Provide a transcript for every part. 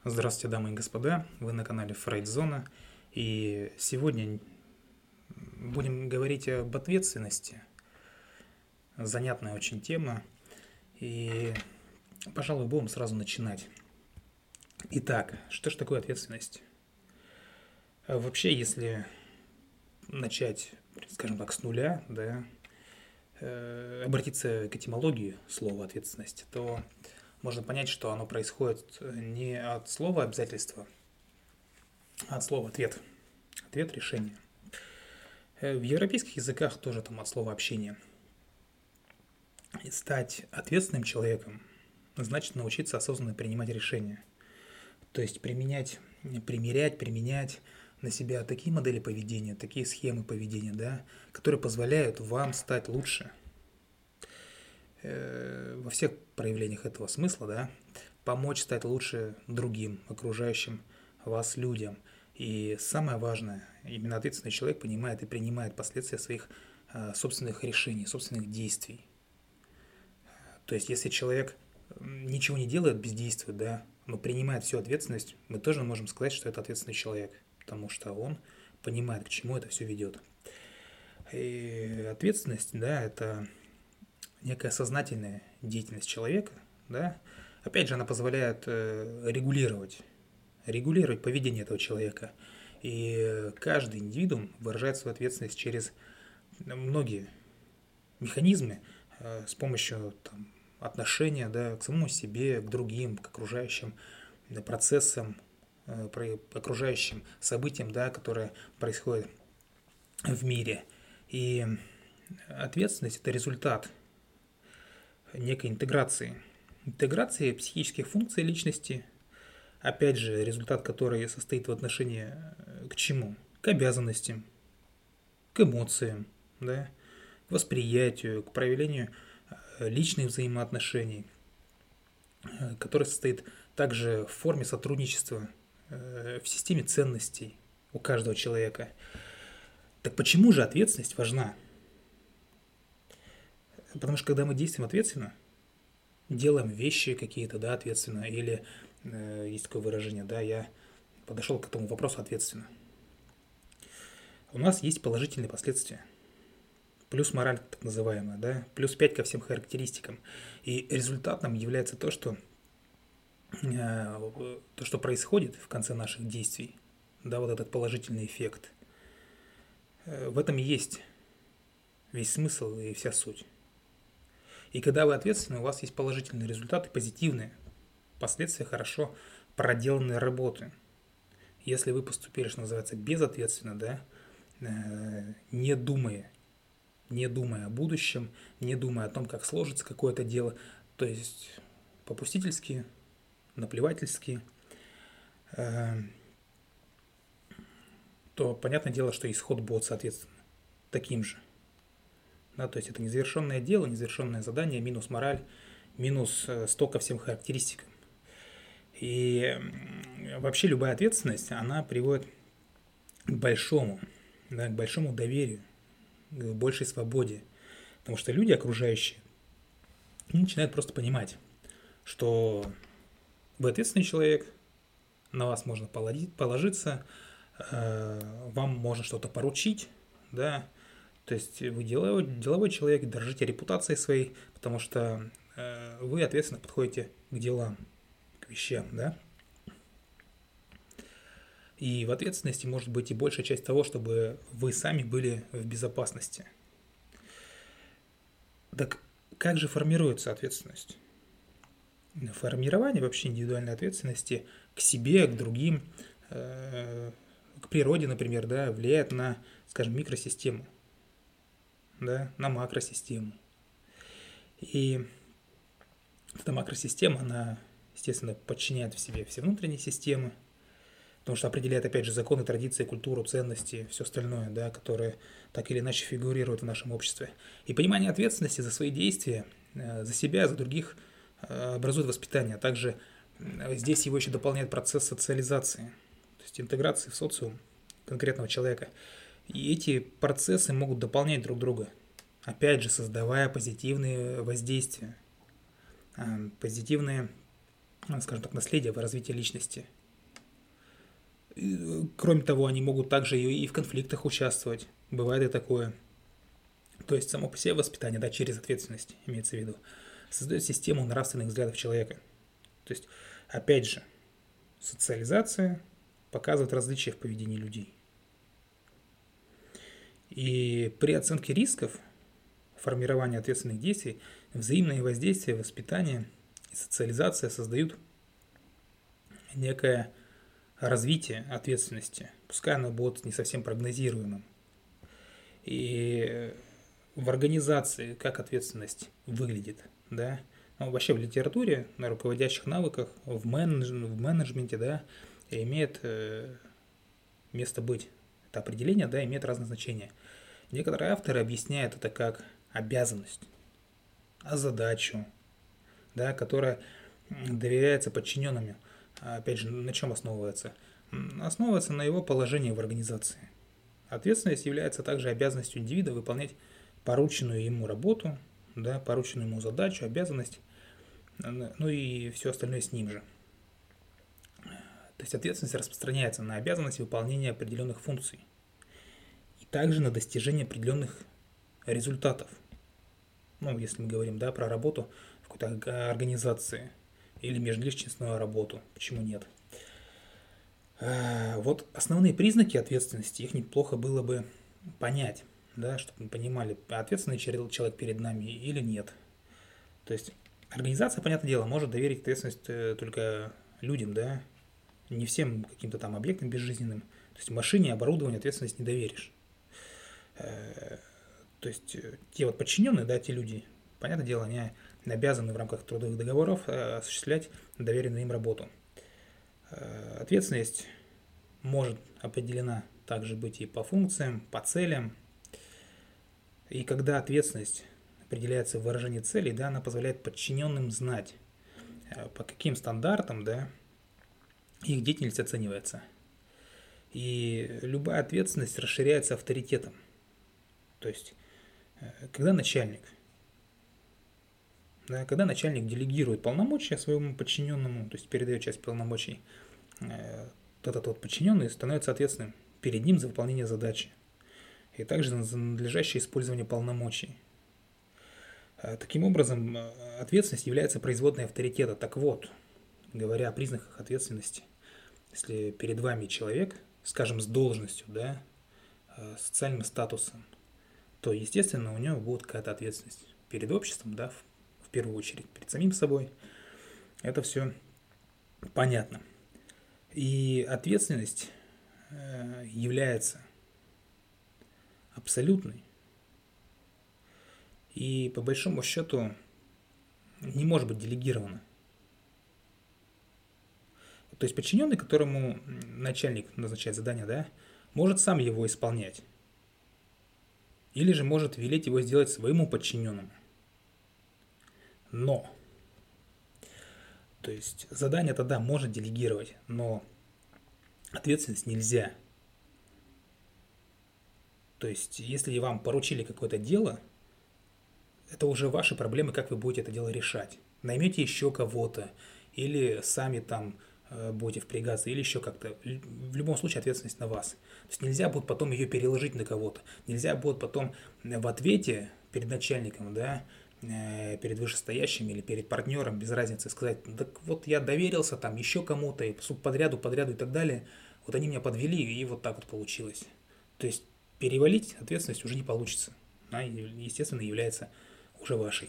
Здравствуйте, дамы и господа, вы на канале Фрейдзона, и сегодня будем говорить об ответственности. Занятная очень тема, и, пожалуй, будем сразу начинать. Итак, что же такое ответственность? Вообще, если начать, скажем так, с нуля, да, обратиться к этимологии слова ответственность, то можно понять, что оно происходит не от слова обязательства, а от слова ответ. Ответ – решение. В европейских языках тоже там от слова общение. И стать ответственным человеком значит научиться осознанно принимать решения. То есть применять на себя такие модели поведения, такие схемы поведения, да, которые позволяют вам стать лучше во всех проявлениях этого смысла, да, помочь стать лучше другим, окружающим вас людям. И самое важное, именно ответственный человек понимает и принимает последствия своих собственных решений, собственных действий. То есть, если человек ничего не делает, бездействует, да, но принимает всю ответственность, мы тоже можем сказать, что это ответственный человек, потому что он понимает, к чему это все ведет. И ответственность, да, это некая сознательная деятельность человека, да, опять же, она позволяет регулировать поведение этого человека. И каждый индивидуум выражает свою ответственность через многие механизмы с помощью там, отношения, да, к самому себе, к другим, к окружающим процессам, окружающим событиям, да, которые происходят в мире. И ответственность – это результат некой интеграции психических функций личности, опять же, результат которой состоит в отношении к чему? К обязанностям, к эмоциям, да, к восприятию, к проявлению личных взаимоотношений, который состоит также в форме сотрудничества, в системе ценностей у каждого человека. Так почему же ответственность важна? Потому что когда мы действуем ответственно, делаем вещи какие-то, да, ответственно, или есть такое выражение, да, я подошел к этому вопросу ответственно. У нас есть положительные последствия. Плюс мораль, так называемая, да, плюс 5 ко всем характеристикам. И результатом является то, что происходит в конце наших действий, да, вот этот положительный эффект. В этом и есть весь смысл и вся суть. И когда вы ответственны, у вас есть положительные результаты, позитивные последствия хорошо проделанной работы. Если вы поступили, что называется, безответственно, да, не думая о будущем, не думая о том, как сложится какое-то дело, то есть попустительски, наплевательски, то понятное дело, что исход будет, соответственно, таким же. Да, то есть это незавершенное дело, незавершенное задание, минус мораль, минус 100 ко всем характеристикам. И вообще любая ответственность, она приводит к большому доверию, к большей свободе. Потому что люди окружающие начинают просто понимать, что вы ответственный человек, на вас можно положиться, вам можно что-то поручить, да, то есть вы деловой человек, дорожите репутацией своей, потому что вы ответственно подходите к делам, к вещам, да. И в ответственности может быть и большая часть того, чтобы вы сами были в безопасности. Так как же формируется ответственность? Формирование вообще индивидуальной ответственности к себе, к другим, к природе, например, да, влияет на, скажем, микросистему, да, на макросистему. И эта макросистема, она, естественно, подчиняет в себе все внутренние системы, потому что определяет, опять же, законы, традиции, культуру, ценности, все остальное, да, которое так или иначе фигурирует в нашем обществе. И понимание ответственности за свои действия, за себя, за других образует воспитание. А также здесь его еще дополняет процесс социализации, то есть интеграции в социум конкретного человека. И эти процессы могут дополнять друг друга, опять же, создавая позитивные воздействия, позитивные скажем так, наследие в развитии личности. Кроме того, они могут также и в конфликтах участвовать. Бывает и такое. То есть само по себе воспитание, да, через ответственность, имеется в виду, создает систему нравственных взглядов человека. То есть, опять же, социализация показывает различия в поведении людей. И при оценке рисков формирования ответственных действий, взаимное воздействие, воспитание и социализация создают некое развитие ответственности, пускай оно будет не совсем прогнозируемым. И в организации как ответственность выглядит, да, ну, вообще в литературе, на руководящих навыках, в менеджменте, да, имеет место быть. Это определение, да, имеет разное значение. Некоторые авторы объясняют это как обязанность, задачу, да, которая доверяется подчиненным. Опять же, на чем основывается? Основывается на его положении в организации. Ответственность является также обязанностью индивида выполнять порученную ему работу, да, порученную ему задачу, обязанность, ну и все остальное с ним же. То есть ответственность распространяется на обязанность выполнения определенных функций и также на достижение определенных результатов. Ну, если мы говорим, да, про работу в какой-то организации или межличностную работу, почему нет? Вот основные признаки ответственности, их неплохо было бы понять, да, чтобы мы понимали, ответственный человек перед нами или нет. То есть организация, понятное дело, может доверить ответственность только людям, да, не всем каким-то там объектам безжизненным. То есть машине, оборудованию ответственность не доверишь. То есть те вот подчиненные, да, те люди, понятное дело, они обязаны в рамках трудовых договоров осуществлять доверенную им работу. Ответственность может определена также быть и по функциям, по целям. И когда ответственность определяется в выражении целей, да, она позволяет подчиненным знать, по каким стандартам, да, их деятельность оценивается. И любая ответственность расширяется авторитетом. То есть, когда начальник делегирует полномочия своему подчиненному, то есть передает часть полномочий, этот вот подчиненный становится ответственным перед ним за выполнение задачи и также за надлежащее использование полномочий. Таким образом, ответственность является производной авторитета. Так вот, говоря о признаках ответственности, если перед вами человек, скажем, с должностью, да, с социальным статусом, то, естественно, у него будет какая-то ответственность перед обществом, да, в первую очередь, перед самим собой. Это все понятно. И ответственность является абсолютной и, по большому счету, не может быть делегирована. То есть подчиненный, которому начальник назначает задание, да, может сам его исполнять. Или же может велеть его сделать своему подчиненному. Но, то есть задание тогда может делегировать, но ответственность нельзя. То есть если вам поручили какое-то дело, это уже ваши проблемы, как вы будете это дело решать. Наймете еще кого-то, или сами там будете впрягаться, или еще как-то. В любом случае ответственность на вас. То есть нельзя будет потом ее переложить на кого-то. Нельзя будет потом в ответе перед начальником, да, перед вышестоящим или перед партнером, без разницы, сказать, так вот я доверился там еще кому-то, и подряду и так далее, вот они меня подвели, и вот так вот получилось. То есть перевалить ответственность уже не получится. Она, естественно, является уже вашей.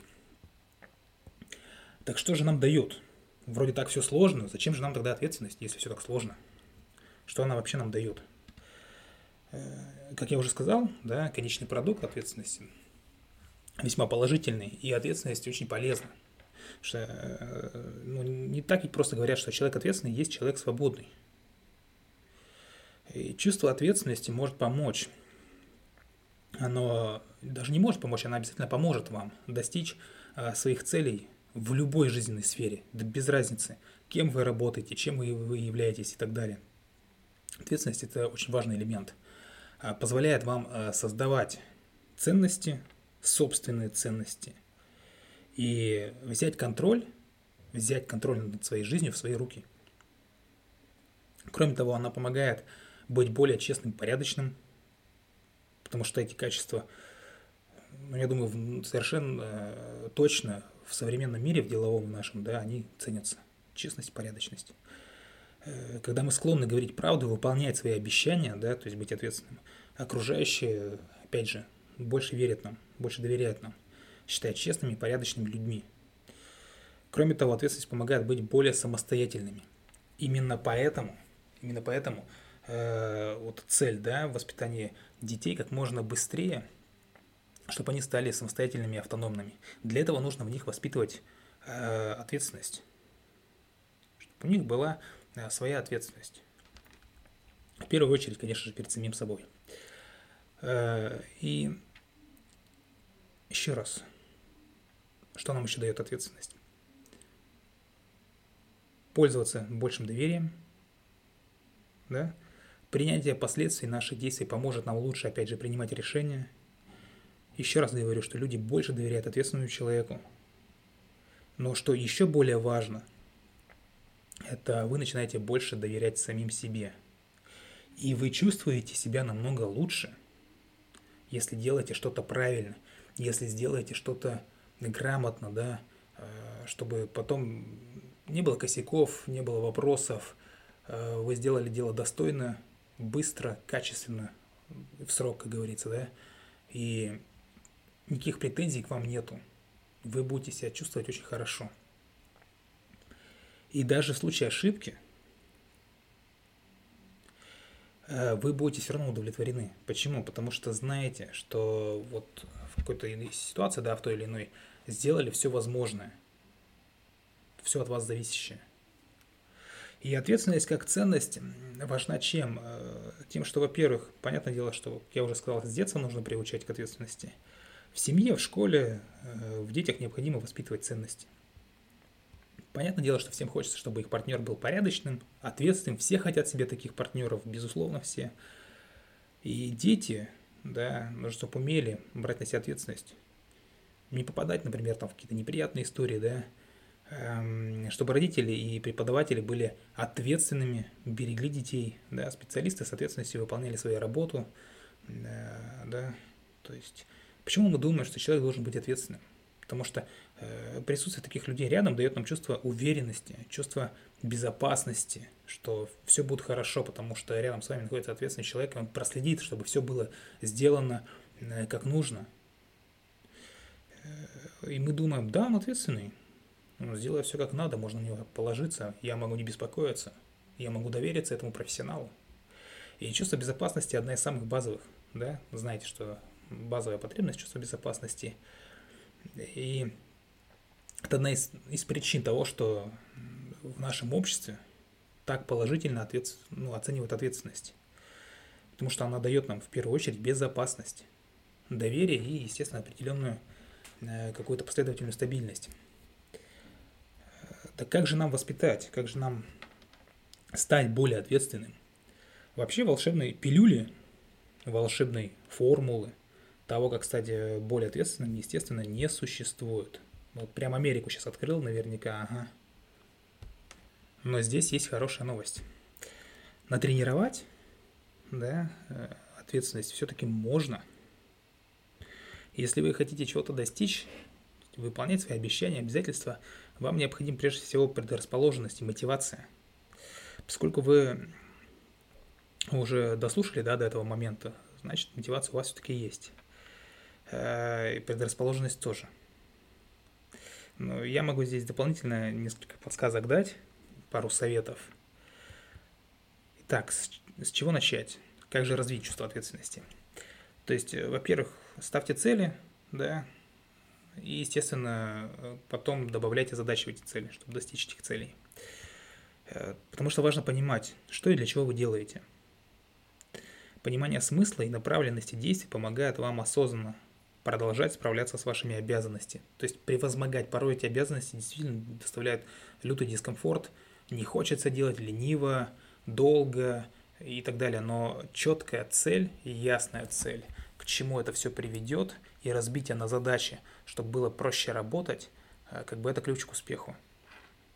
Так что же нам дает? Вроде так все сложно, зачем же нам тогда ответственность, если все так сложно? Что она вообще нам дает? Как я уже сказал, да, конечный продукт ответственности весьма положительный, и ответственность очень полезна. Что, не так ведь просто говорят, что человек ответственный есть человек свободный. И чувство ответственности может помочь. Оно даже не может помочь, оно обязательно поможет вам достичь своих целей в любой жизненной сфере, да без разницы, кем вы работаете, чем вы являетесь и так далее. Ответственность – это очень важный элемент. Позволяет вам создавать ценности, собственные ценности, и взять контроль взять контроль над своей жизнью в свои руки. Кроме того, она помогает быть более честным, порядочным, потому что эти качества, я думаю, совершенно точно в современном мире, в деловом нашем, да, они ценятся. Честность, порядочность. Когда мы склонны говорить правду, выполнять свои обещания, да, то есть быть ответственным, окружающие, опять же, больше верят нам, больше доверяют нам, считают честными и порядочными людьми. Кроме того, ответственность помогает быть более самостоятельными. Именно поэтому вот цель, да, воспитания детей как можно быстрее, чтобы они стали самостоятельными и автономными. Для этого нужно в них воспитывать ответственность, чтобы у них была своя ответственность. В первую очередь, конечно же, перед самим собой. И еще раз, что нам еще дает ответственность? Пользоваться большим доверием, да? Принятие последствий наших действий поможет нам лучше, опять же, принимать решения. Еще раз говорю, что люди больше доверяют ответственному человеку. Но что еще более важно, это вы начинаете больше доверять самим себе. И вы чувствуете себя намного лучше, если делаете что-то правильно, если сделаете что-то грамотно, да, чтобы потом не было косяков, не было вопросов, вы сделали дело достойно, быстро, качественно, в срок, как говорится, да, и никаких претензий к вам нету. Вы будете себя чувствовать очень хорошо. И даже в случае ошибки вы будете все равно удовлетворены. Почему? Потому что знаете, что вот в какой-то ситуации, да, в той или иной, сделали все возможное, все от вас зависящее. И ответственность как ценность важна чем? Тем, что, во-первых, понятное дело, что, я уже сказал, с детства нужно приучать к ответственности. В семье, в школе, в детях необходимо воспитывать ценности. Понятное дело, что всем хочется, чтобы их партнер был порядочным, ответственным. Все хотят себе таких партнеров, безусловно, все. И дети, да, нужно, чтобы умели брать на себя ответственность. Не попадать, например, там, в какие-то неприятные истории, да, чтобы родители и преподаватели были ответственными, берегли детей, да, специалисты с ответственностью выполняли свою работу, да, то есть почему мы думаем, что человек должен быть ответственным? Потому что присутствие таких людей рядом дает нам чувство уверенности, чувство безопасности, что все будет хорошо, потому что рядом с вами находится ответственный человек, и он проследит, чтобы все было сделано как нужно. И мы думаем, да, он ответственный, сделая все как надо, можно на него положиться, я могу не беспокоиться, я могу довериться этому профессионалу. И чувство безопасности одна из самых базовых, да, знаете, что базовая потребность чувства безопасности. И это одна из причин того, что в нашем обществе так положительно оценивают ответственность. Потому что она дает нам в первую очередь безопасность, доверие и, естественно, определенную какую-то последовательную стабильность. Так как же нам воспитать, как же нам стать более ответственным? Вообще волшебной пилюли, волшебной формулы того, как стать более ответственным, естественно, не существует. Вот прям Америку сейчас открыл наверняка, ага. Но здесь есть хорошая новость. Натренировать, да, ответственность все-таки можно. Если вы хотите чего-то достичь, выполнять свои обещания, обязательства, вам необходим прежде всего предрасположенность и мотивация. Поскольку вы уже дослушали, да, до этого момента, значит, мотивация у вас все-таки есть. И предрасположенность тоже. Но я могу здесь дополнительно несколько подсказок дать, пару советов. Итак, с чего начать? Как же развить чувство ответственности? То есть, во-первых, ставьте цели, да, и, естественно, потом добавляйте задачи в эти цели, чтобы достичь этих целей. Потому что важно понимать, что и для чего вы делаете. Понимание смысла и направленности действий помогает вам осознанно продолжать справляться с вашими обязанностями. То есть превозмогать порой эти обязанности действительно доставляют лютый дискомфорт, не хочется делать, лениво, долго и так далее. Но четкая цель и ясная цель, к чему это все приведет, и разбитие на задачи, чтобы было проще работать, как бы это ключ к успеху.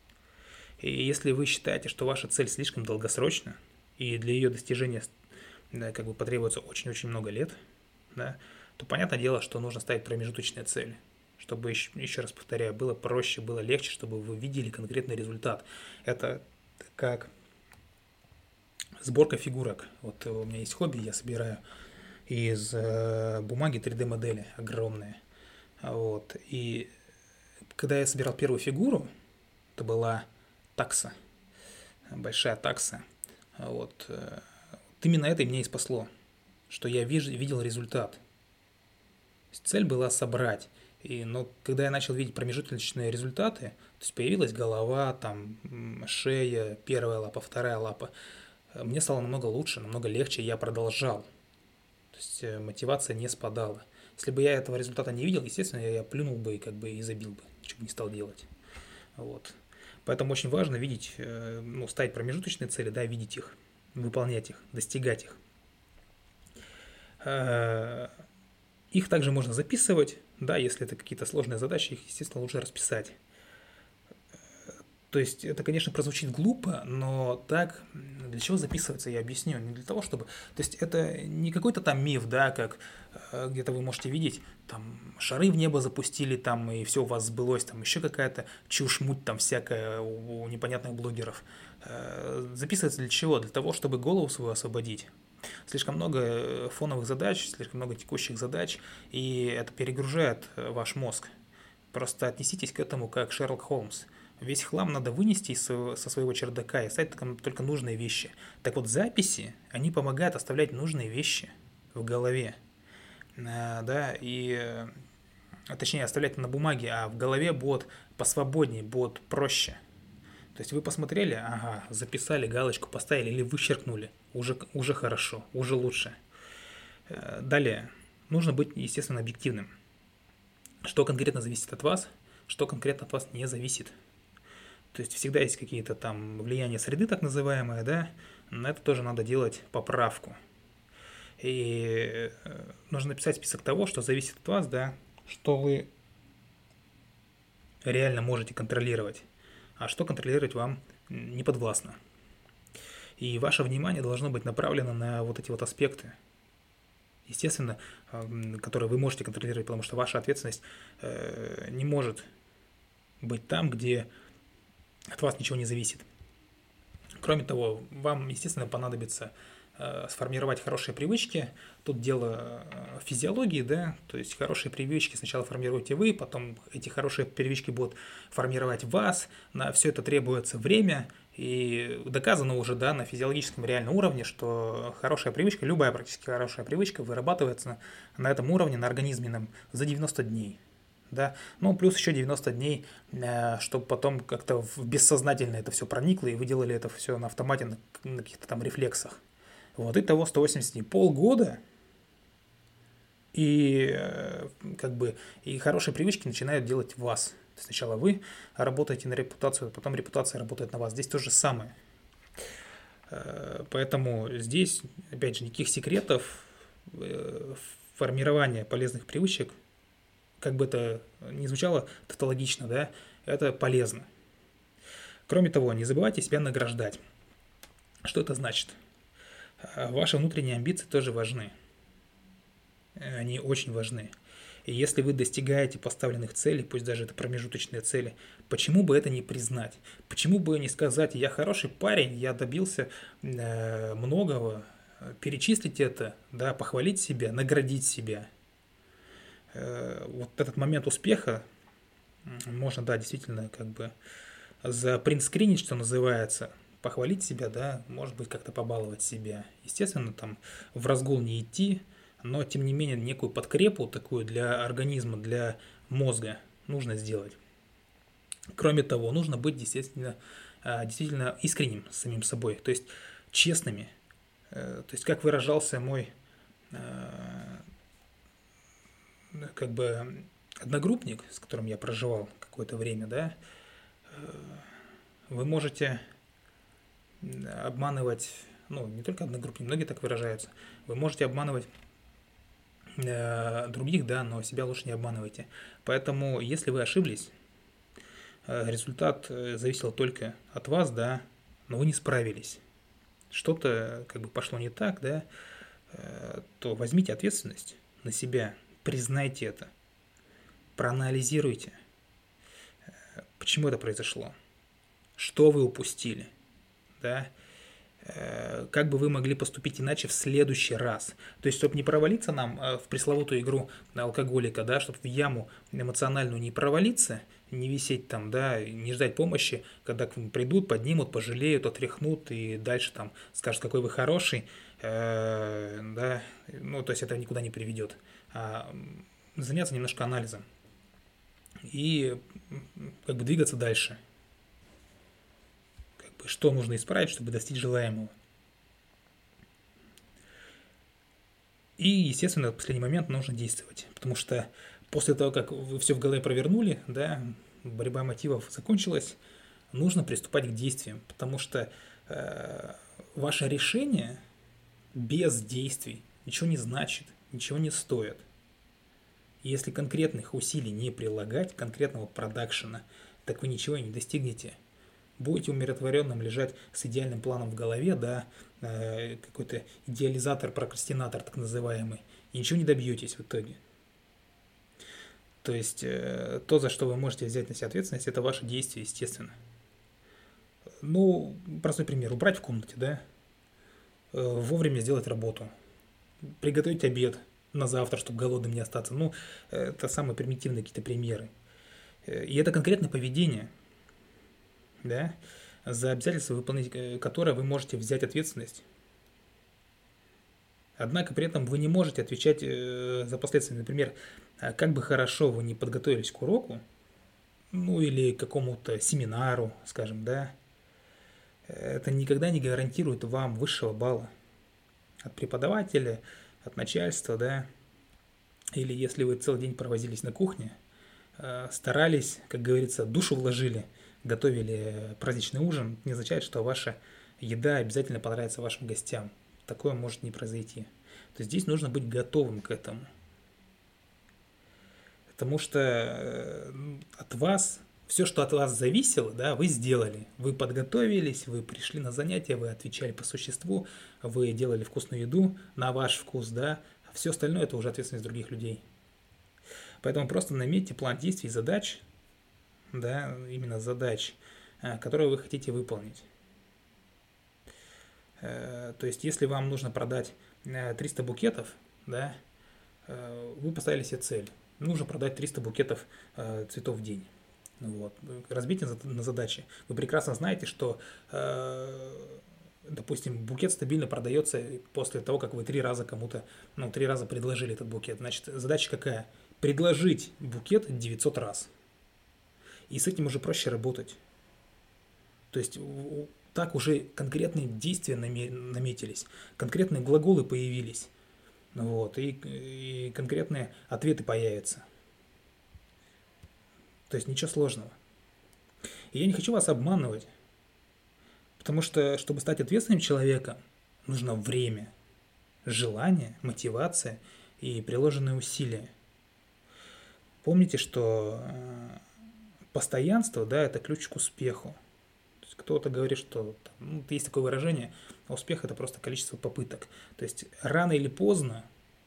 И если вы считаете, что ваша цель слишком долгосрочна, и для ее достижения как бы потребуется очень-очень много лет, да, то понятное дело, что нужно ставить промежуточные цели, чтобы, еще раз повторяю, было проще, было легче, чтобы вы видели конкретный результат. Это как сборка фигурок. Вот у меня есть хобби, я собираю из бумаги 3D-модели огромные. Вот. И когда я собирал первую фигуру, это была такса, большая такса. Вот. Именно это меня и спасло, что я видел результат. Цель была собрать. Но когда я начал видеть промежуточные результаты, то есть появилась голова, там, шея, первая лапа, вторая лапа, мне стало намного лучше, намного легче, я продолжал. То есть мотивация не спадала. Если бы я этого результата не видел, естественно, я плюнул бы и как бы и забил бы, ничего бы не стал делать. Вот. Поэтому очень важно видеть, ставить промежуточные цели, да, видеть их, выполнять их, достигать их. Их также можно записывать, да, если это какие-то сложные задачи, их, естественно, лучше расписать. То есть это, конечно, прозвучит глупо, но так для чего записываться, я объясню. Не для того, чтобы... То есть это не какой-то там миф, да, как где-то вы можете видеть, там шары в небо запустили, там, и все у вас сбылось, там еще какая-то чушь-муть там всякая у непонятных блогеров. Записываться для чего? Для того, чтобы голову свою освободить. Слишком много фоновых задач, слишком много текущих задач, и это перегружает ваш мозг. Просто отнеситесь к этому как Шерлок Холмс. Весь хлам надо вынести со своего чердака и оставить только нужные вещи. Так вот, записи, они помогают оставлять нужные вещи в голове. Да, и точнее, оставлять на бумаге, а в голове будет посвободнее, будет проще. То есть вы посмотрели, ага, записали, галочку поставили или вычеркнули. Уже хорошо, уже лучше. Далее, нужно быть, естественно, объективным. Что конкретно зависит от вас, что конкретно от вас не зависит. То есть всегда есть какие-то там влияния среды, так называемые, да, на это тоже надо делать поправку. И нужно написать список того, что зависит от вас, да, что вы реально можете контролировать, а что контролировать вам не подвластно. И ваше внимание должно быть направлено на вот эти вот аспекты, естественно, которые вы можете контролировать, потому что ваша ответственность не может быть там, где от вас ничего не зависит. Кроме того, вам, естественно, понадобится сформировать хорошие привычки. Тут дело физиологии, да, то есть хорошие привычки сначала формируете вы, потом эти хорошие привычки будут формировать вас. На все это требуется время, и доказано уже, да, на физиологическом реальном уровне, что хорошая привычка, любая практически хорошая привычка вырабатывается на этом уровне, на организме за 90 дней. Да, ну плюс еще 90 дней, чтобы потом как-то бессознательно это все проникло, и вы делали это все на автомате, на каких-то там рефлексах. Вот, итого 180 дней, полгода, и как бы и хорошие привычки начинают делать вас. Сначала вы работаете на репутацию, потом репутация работает на вас. Здесь то же самое. Поэтому здесь, опять же, никаких секретов, формирования полезных привычек, как бы это ни звучало тавтологично, да, это полезно. Кроме того, не забывайте себя награждать. Что это значит? Ваши внутренние амбиции тоже важны. Они очень важны. И если вы достигаете поставленных целей, пусть даже это промежуточные цели, почему бы это не признать? Почему бы не сказать, я хороший парень, я добился многого, перечислить это, да, похвалить себя, наградить себя. Вот этот момент успеха можно, да, действительно, как бы запринтскринить, что называется, похвалить себя, да, может быть, как-то побаловать себя. Естественно, там в разгул не идти, но, тем не менее, некую подкрепу такую для организма, для мозга нужно сделать. Кроме того, нужно быть, действительно искренним с самим собой, то есть честными. То есть, как выражался мой как бы одногруппник, с которым я проживал какое-то время, да, вы можете обманывать, не только одногруппник, многие так выражаются, вы можете обманывать других, да, но себя лучше не обманывайте. Поэтому, если вы ошиблись, результат зависел только от вас, да, но вы не справились. Что-то как бы пошло не так, да, то возьмите ответственность на себя, признайте это, проанализируйте, почему это произошло, что вы упустили, да, как бы вы могли поступить иначе в следующий раз. То есть, чтобы не провалиться нам в пресловутую игру алкоголика, да, чтобы в яму эмоциональную не провалиться, не висеть там, да, не ждать помощи, когда к вам придут, поднимут, пожалеют, отряхнут и дальше там скажут, какой вы хороший, да, ну, то есть это никуда не приведет. А заняться немножко анализом и как бы двигаться дальше. Что нужно исправить, чтобы достичь желаемого. И, естественно, в последний момент нужно действовать, потому что после того, как вы все в голове провернули, да, борьба мотивов закончилась, нужно приступать к действиям, потому что ваше решение без действий ничего не значит, ничего не стоит. И если конкретных усилий не прилагать, конкретного продакшена, так вы ничего и не достигнете. Будете умиротворенным лежать с идеальным планом в голове, да, какой-то идеализатор, прокрастинатор так называемый, и ничего не добьетесь в итоге. То есть то, за что вы можете взять на себя ответственность, это ваши действия, естественно. Ну, простой пример, убрать в комнате, да, вовремя сделать работу, приготовить обед на завтра, чтобы голодным не остаться. Ну, это самые примитивные какие-то примеры. И это конкретное поведение, да, за обязательства, выполнить которое вы можете взять ответственность. Однако при этом вы не можете отвечать за последствия. Например, как бы хорошо вы не подготовились к уроку, ну или к какому-то семинару, скажем, да, это никогда не гарантирует вам высшего балла от преподавателя, от начальства, да, или если вы целый день провозились на кухне, старались, как говорится, душу вложили, готовили праздничный ужин, не означает, что ваша еда обязательно понравится вашим гостям. Такое может не произойти. То есть здесь нужно быть готовым к этому. Потому что от вас, все, что от вас зависело, да, вы сделали. Вы подготовились, вы пришли на занятия, вы отвечали по существу, вы делали вкусную еду на ваш вкус, да. А все остальное это уже ответственность других людей. Поэтому просто наметьте план действий, задач, да, именно задач, которые вы хотите выполнить. То есть, если вам нужно продать 300 букетов, да, вы поставили себе цель. Нужно продать 300 букетов цветов в день. Вот. Разбейте на задачи. Вы прекрасно знаете, что, допустим, букет стабильно продается после того, как вы 3 раза кому-то, 3 раза предложили этот букет. Значит, задача какая? Предложить букет 900 раз. И с этим уже проще работать. То есть так уже конкретные действия наметились, конкретные глаголы появились, вот, и конкретные ответы появятся. То есть ничего сложного. И я не хочу вас обманывать, потому что, чтобы стать ответственным человеком, нужно время, желание, мотивация и приложенные усилия. Помните, что постоянство, да, это ключ к успеху. Кто-то говорит, что есть такое выражение, успех это просто количество попыток. То есть рано или поздно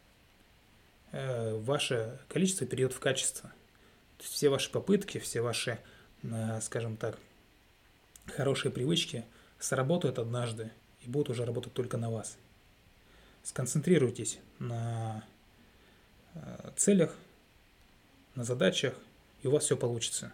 ваше количество перейдет в качество. То есть все ваши попытки, все ваши, скажем так, хорошие привычки сработают однажды и будут уже работать только на вас. Сконцентрируйтесь на целях, на задачах, и у вас все получится.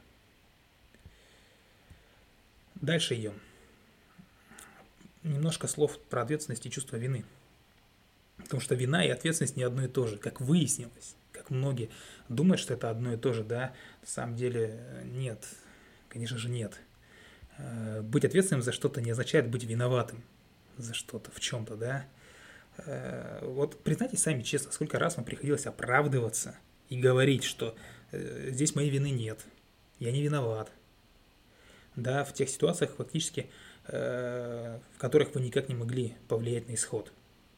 Дальше идем. Немножко слов про ответственность и чувство вины. Потому что вина и ответственность не одно и то же, как выяснилось. Как многие думают, что это одно и то же, да, на самом деле нет. Конечно же нет. Быть ответственным за что-то не означает быть виноватым за что-то, в чем-то, да. Вот признайтесь сами честно, сколько раз вам приходилось оправдываться и говорить, что здесь моей вины нет, я не виноват. Да, в тех ситуациях фактически, в которых вы никак не могли повлиять на исход.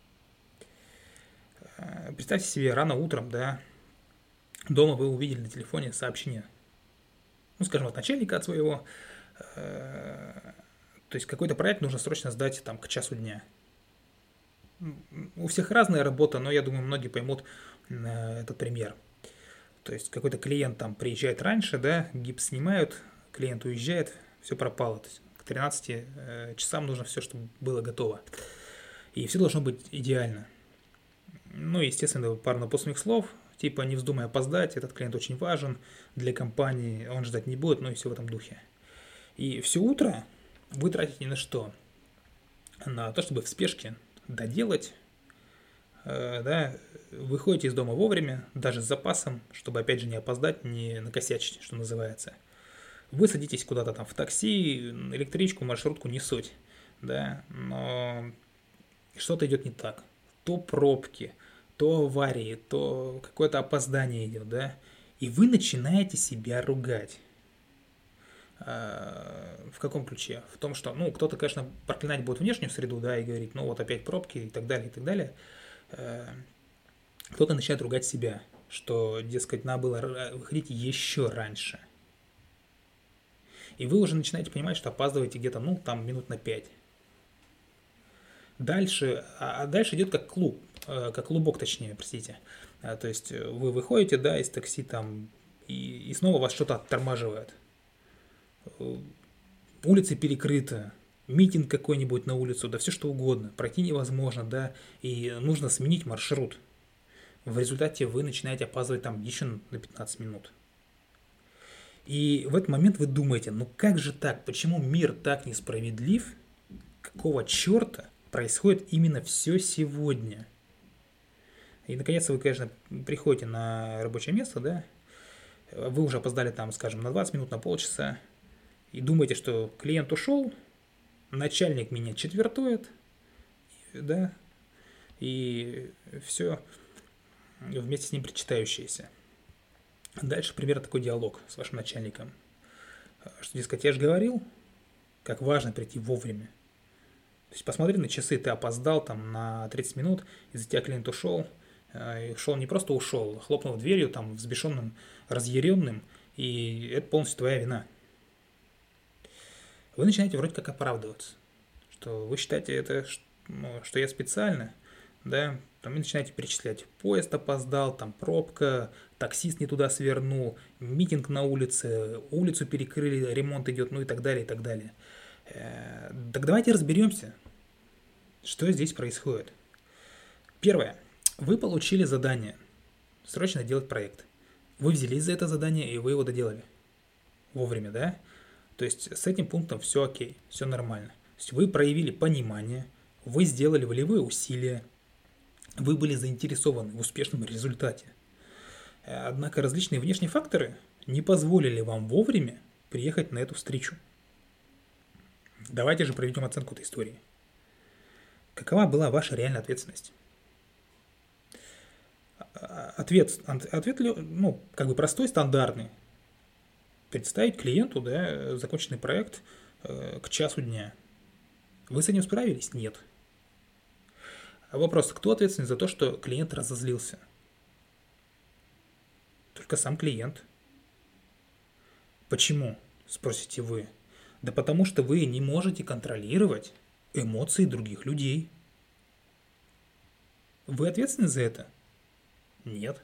Представьте себе, рано утром, да, дома вы увидели на телефоне сообщение ну, скажем, от начальника от своего, то есть какой-то проект нужно срочно сдать там к часу дня. У всех разная работа, но я думаю, многие поймут этот пример. То есть какой-то клиент там приезжает раньше, да, гипс снимают, клиент уезжает, все пропало. То есть к 13 часам нужно все, чтобы было готово. И все должно быть идеально. Ну, естественно, пару напутственных слов, типа не вздумай опоздать, этот клиент очень важен для компании, он ждать не будет, ну и все в этом духе. И все утро вы тратите ни на что. На то, чтобы в спешке доделать, да, выходите из дома вовремя, даже с запасом, чтобы опять же не опоздать, не накосячить, что называется. Вы садитесь куда-то там в такси, электричку, маршрутку, не суть, да, но что-то идет не так. То пробки, то аварии, то какое-то опоздание идет, да, и вы начинаете себя ругать. В каком ключе? В том, что, ну, кто-то, конечно, проклинать будет внешнюю среду, да, и говорить, ну, вот опять пробки и так далее, и так далее. Кто-то начинает ругать себя, что, дескать, надо было выходить еще раньше. И вы уже начинаете понимать, что опаздываете где-то, ну, там, минут на 5. Дальше, дальше идет как клуб, как клубок, точнее, простите. То есть вы выходите, да, из такси там, и снова вас что-то оттормаживает. Улицы перекрыты, митинг какой-нибудь на улицу, да все что угодно, пройти невозможно, да, и нужно сменить маршрут. В результате вы начинаете опаздывать там еще на 15 минут. И в этот момент вы думаете, ну как же так, почему мир так несправедлив, какого черта происходит именно все сегодня? И наконец вы, конечно, приходите на рабочее место, да, вы уже опоздали там, скажем, на 20 минут, на полчаса, и думаете, что клиент ушел, начальник меня четвертует, да, и все вместе с ним причитающееся. Дальше примерно такой диалог с вашим начальником. Что, дескать, я же говорил, как важно прийти вовремя. То есть посмотри на часы, ты опоздал там на 30 минут, из-за тебя клиент ушел, и ушел не просто ушел, хлопнул дверью там взбешенным, разъяренным, и это полностью твоя вина. Вы начинаете вроде как оправдываться, что вы считаете это, ну, что я специально, да, там вы начинаете перечислять, поезд опоздал, там пробка, таксист не туда свернул, митинг на улице, улицу перекрыли, ремонт идет, ну и так далее, и так далее. Так давайте разберемся, что здесь происходит. Первое. Вы получили задание срочно делать проект. Вы взялись за это задание, и вы его доделали вовремя, да? То есть с этим пунктом все окей, все нормально. То есть вы проявили понимание, вы сделали волевые усилия, вы были заинтересованы в успешном результате. Однако различные внешние факторы не позволили вам вовремя приехать на эту встречу. Давайте же проведем оценку этой истории. Какова была ваша реальная ответственность? Ответ ну, как бы простой, стандартный. Представить клиенту, да, законченный проект к часу дня. Вы с этим справились? Нет. А вопрос, кто ответственен за то, что клиент разозлился? Только сам клиент. Почему? Спросите вы. Да потому что вы не можете контролировать эмоции других людей. Вы ответственны за это? Нет.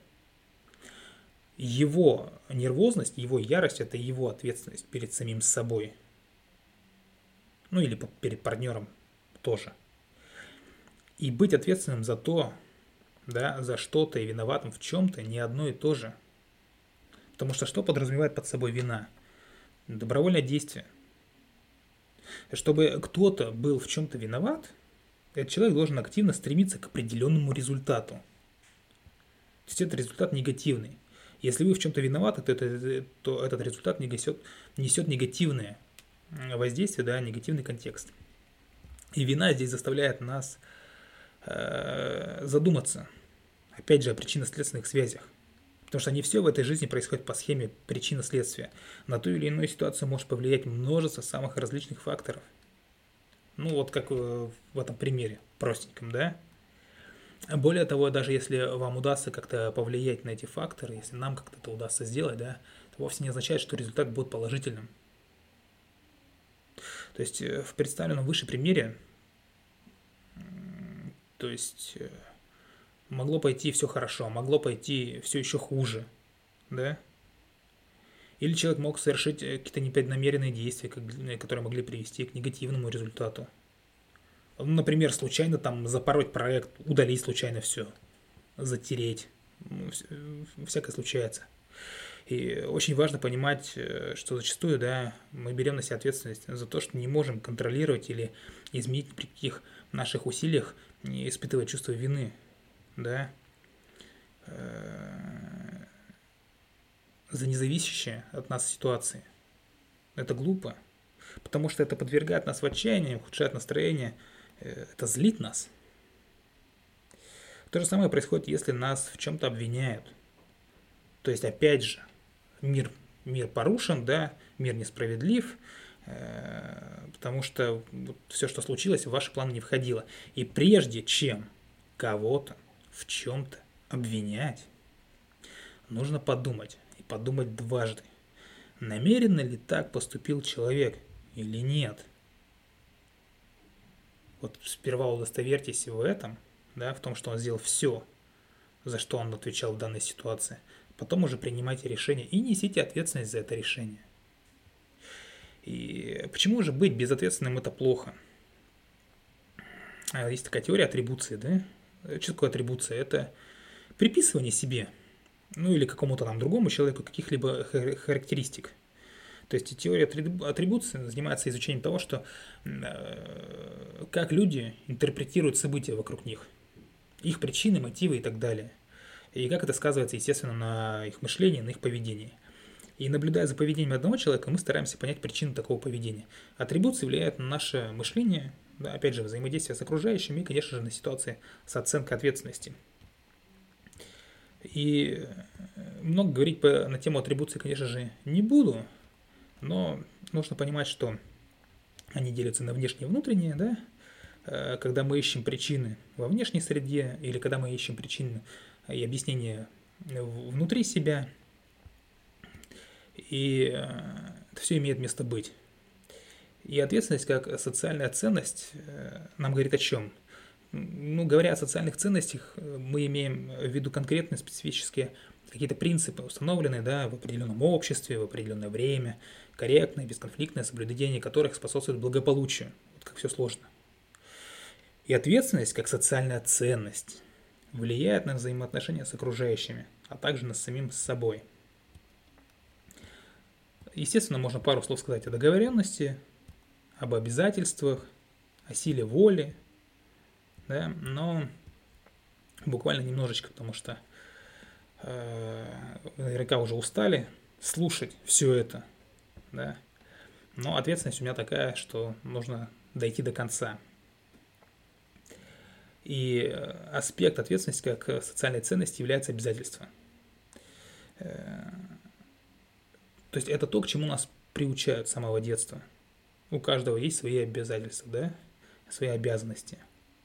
Его нервозность, его ярость – это его ответственность перед самим собой. Ну или перед партнером тоже. И быть ответственным за то, да, за что-то и виноватым в чем-то не одно и то же. Потому что что подразумевает под собой вина? Добровольное действие. Чтобы кто-то был в чем-то виноват, этот человек должен активно стремиться к определенному результату. То есть это результат негативный. Если вы в чем-то виноваты, то этот результат несет негативное воздействие, да, негативный контекст. И вина здесь заставляет нас задуматься, опять же, о причинно-следственных связях. Потому что не все в этой жизни происходит по схеме причинно-следствия. На ту или иную ситуацию может повлиять множество самых различных факторов. Ну вот как в этом примере, простеньком, да? Более того, даже если вам удастся как-то повлиять на эти факторы, если нам как-то это удастся сделать, да, вовсе не означает, что результат будет положительным. То есть в представленном выше примере, то есть могло пойти все хорошо, могло пойти все еще хуже, да? Или человек мог совершить какие-то непреднамеренные действия, которые могли привести к негативному результату. Ну, например, случайно там запороть проект, удалить случайно все, затереть. Ну, всякое случается. И очень важно понимать, что зачастую, да, мы берем на себя ответственность за то, что не можем контролировать или изменить при каких наших усилиях, не испытывая чувство вины, да, за независящие от нас ситуации. Это глупо, потому что это подвергает нас в отчаяние, ухудшает настроение, это злит нас. То же самое происходит, если нас в чем-то обвиняют. То есть, опять же, мир порушен, да, мир несправедлив, потому что вот все, что случилось, в ваши планы не входило. И прежде чем кого-то в чем-то обвинять, нужно подумать, и подумать дважды, намеренно ли так поступил человек или нет. Вот сперва удостоверьтесь в этом, да, в том, что он сделал все, за что он отвечал в данной ситуации. Потом уже принимайте решение и несите ответственность за это решение. И почему же быть безответственным это плохо? Есть такая теория атрибуции, да? Что такое атрибуция? Это приписывание себе, ну или какому-то там другому человеку каких-либо характеристик. То есть теория атрибуции занимается изучением того, что как люди интерпретируют события вокруг них, их причины, мотивы и так далее. И как это сказывается, естественно, на их мышлении, на их поведении. И наблюдая за поведением одного человека, мы стараемся понять причину такого поведения. Атрибуции влияют на наше мышление, да, опять же, взаимодействие с окружающими и, конечно же, на ситуации с оценкой ответственности. И много говорить на тему атрибуции, конечно же, не буду, но нужно понимать, что они делятся на внешние и внутренние, да, когда мы ищем причины во внешней среде или когда мы ищем причины и объяснения внутри себя, и это все имеет место быть. И ответственность как социальная ценность нам говорит о чем? Ну, говоря о социальных ценностях, мы имеем в виду конкретные специфические какие-то принципы, установленные, да, в определенном обществе, в определенное время, корректное, бесконфликтное соблюдение которых способствует благополучию. Вот как все сложно. И ответственность как социальная ценность влияет на взаимоотношения с окружающими, а также над самим собой. Естественно, можно пару слов сказать о договоренности, об обязательствах, о силе воли, да, но буквально немножечко, потому что наверняка уже устали слушать все это, да. Но ответственность у меня такая, что нужно дойти до конца. И аспект ответственности как социальной ценности является обязательство. То есть это то, к чему нас приучают с самого детства. У каждого есть свои обязательства, да, свои обязанности.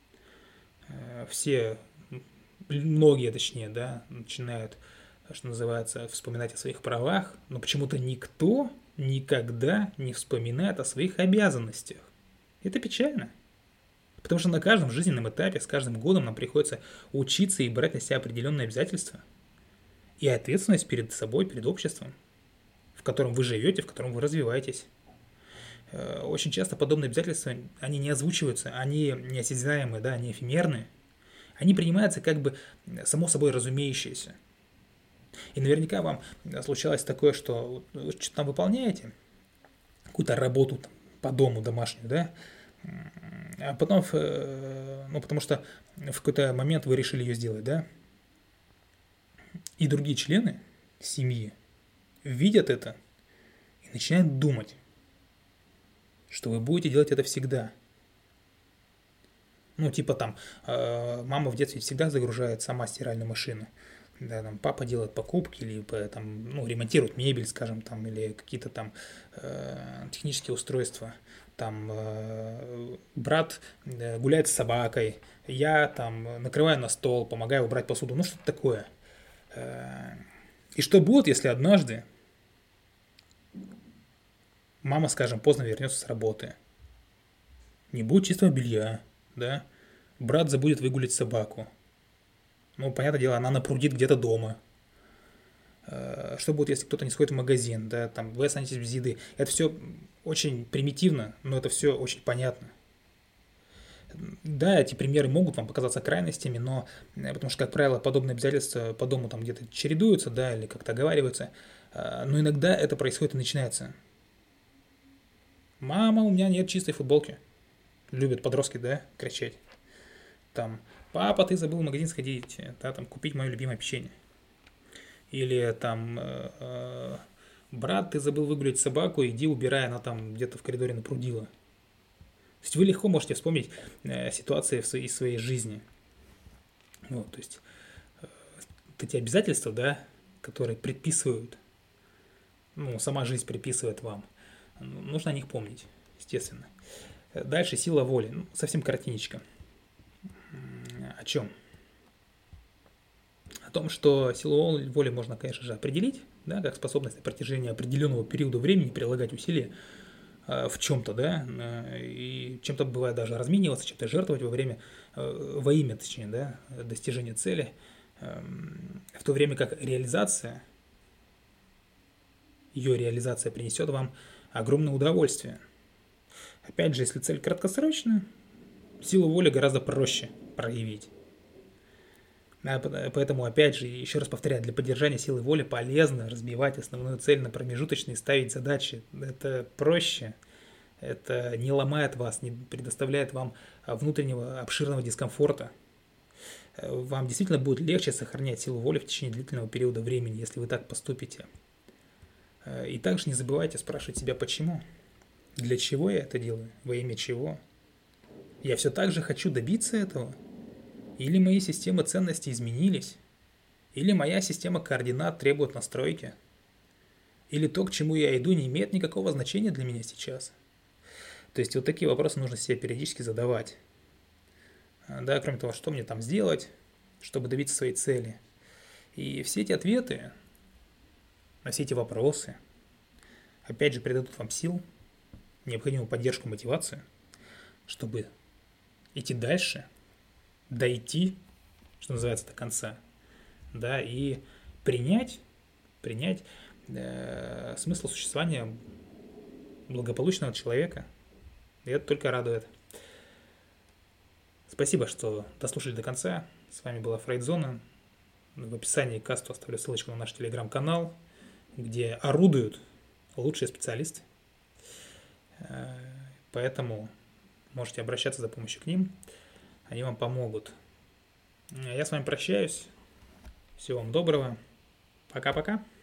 Многие, точнее, да, начинают, что называется, вспоминать о своих правах, но почему-то никто никогда не вспоминает о своих обязанностях. Это печально. Потому что на каждом жизненном этапе, с каждым годом нам приходится учиться и брать на себя определенные обязательства. И ответственность перед собой, перед обществом, в котором вы живете, в котором вы развиваетесь. Очень часто подобные обязательства, они не озвучиваются, они неосязаемые, да, они эфемерные. Они принимаются как бы само собой разумеющиеся. И наверняка вам случалось такое, что вы что-то там выполняете, какую-то работу там, по дому домашнюю, да, а потом, ну, потому что в какой-то момент вы решили ее сделать, да, и другие члены семьи видят это и начинают думать, что вы будете делать это всегда. Ну, типа там, мама в детстве всегда загружает сама стиральную машину. Да, там папа делает покупки, либо там, ну, ремонтирует мебель, скажем, там, или какие-то там технические устройства. Там брат гуляет с собакой, я там накрываю на стол, помогаю убрать посуду, ну, что-то такое. И что будет, если однажды Мама, скажем, поздно вернется с работы. Не будет чистого белья, да? Брат забудет выгулить собаку. Ну, понятное дело, она напрудит где-то дома. Что будет, если кто-то не сходит в магазин, да, там, вы останетесь без еды. Это все очень примитивно, но это все очень понятно. Да, эти примеры могут вам показаться крайностями, но потому что, как правило, подобные обязательства по дому там где-то чередуются, да, или как-то оговариваются, но иногда это происходит и начинается. Мама, у меня нет чистой футболки. Любят подростки, да, кричать. Там, папа, ты забыл в магазин сходить, да, там, купить мое любимое печенье. Или там, брат, ты забыл выгулять собаку, иди убирай, она там где-то в коридоре напрудила. То есть вы легко можете вспомнить ситуации из своей жизни. Ну, то есть вот эти обязательства, да, которые предписывают, ну, сама жизнь предписывает вам, нужно о них помнить, естественно. Дальше сила воли. Ну, совсем коротенечко. О чем? О том, что силу воли можно, конечно же, определить, да, как способность на протяжении определенного периода времени прилагать усилия в чем-то, да, и чем-то бывает даже размениваться, чем-то жертвовать во имя, точнее, да, достижения цели, в то время как ее реализация принесет вам огромное удовольствие. Опять же, если цель краткосрочная, силу воли гораздо проще проявить. Поэтому, опять же, еще раз повторяю, для поддержания силы воли полезно разбивать основную цель на промежуточные, ставить задачи. Это проще, это не ломает вас, не предоставляет вам внутреннего обширного дискомфорта. Вам действительно будет легче сохранять силу воли в течение длительного периода времени, если вы так поступите. И также не забывайте спрашивать себя, почему. Для чего я это делаю? Во имя чего? Я все так же хочу добиться этого? Или мои системы ценностей изменились? Или моя система координат требует настройки? Или то, к чему я иду, не имеет никакого значения для меня сейчас? То есть вот такие вопросы нужно себе периодически задавать. Да, кроме того, что мне там сделать, чтобы добиться своей цели. И все эти ответы на все эти вопросы, опять же, придадут вам сил, необходимую поддержку, мотивацию, чтобы идти дальше, дойти, что называется, до конца, да, и принять смысл существования благополучного человека. И это только радует. Спасибо, что дослушали до конца. С вами была Фрейдзона. В описании к касту оставлю ссылочку на наш телеграм-канал, где орудуют лучшие специалисты. Поэтому можете обращаться за помощью к ним. Они вам помогут. Я с вами прощаюсь. Всего вам доброго. Пока-пока.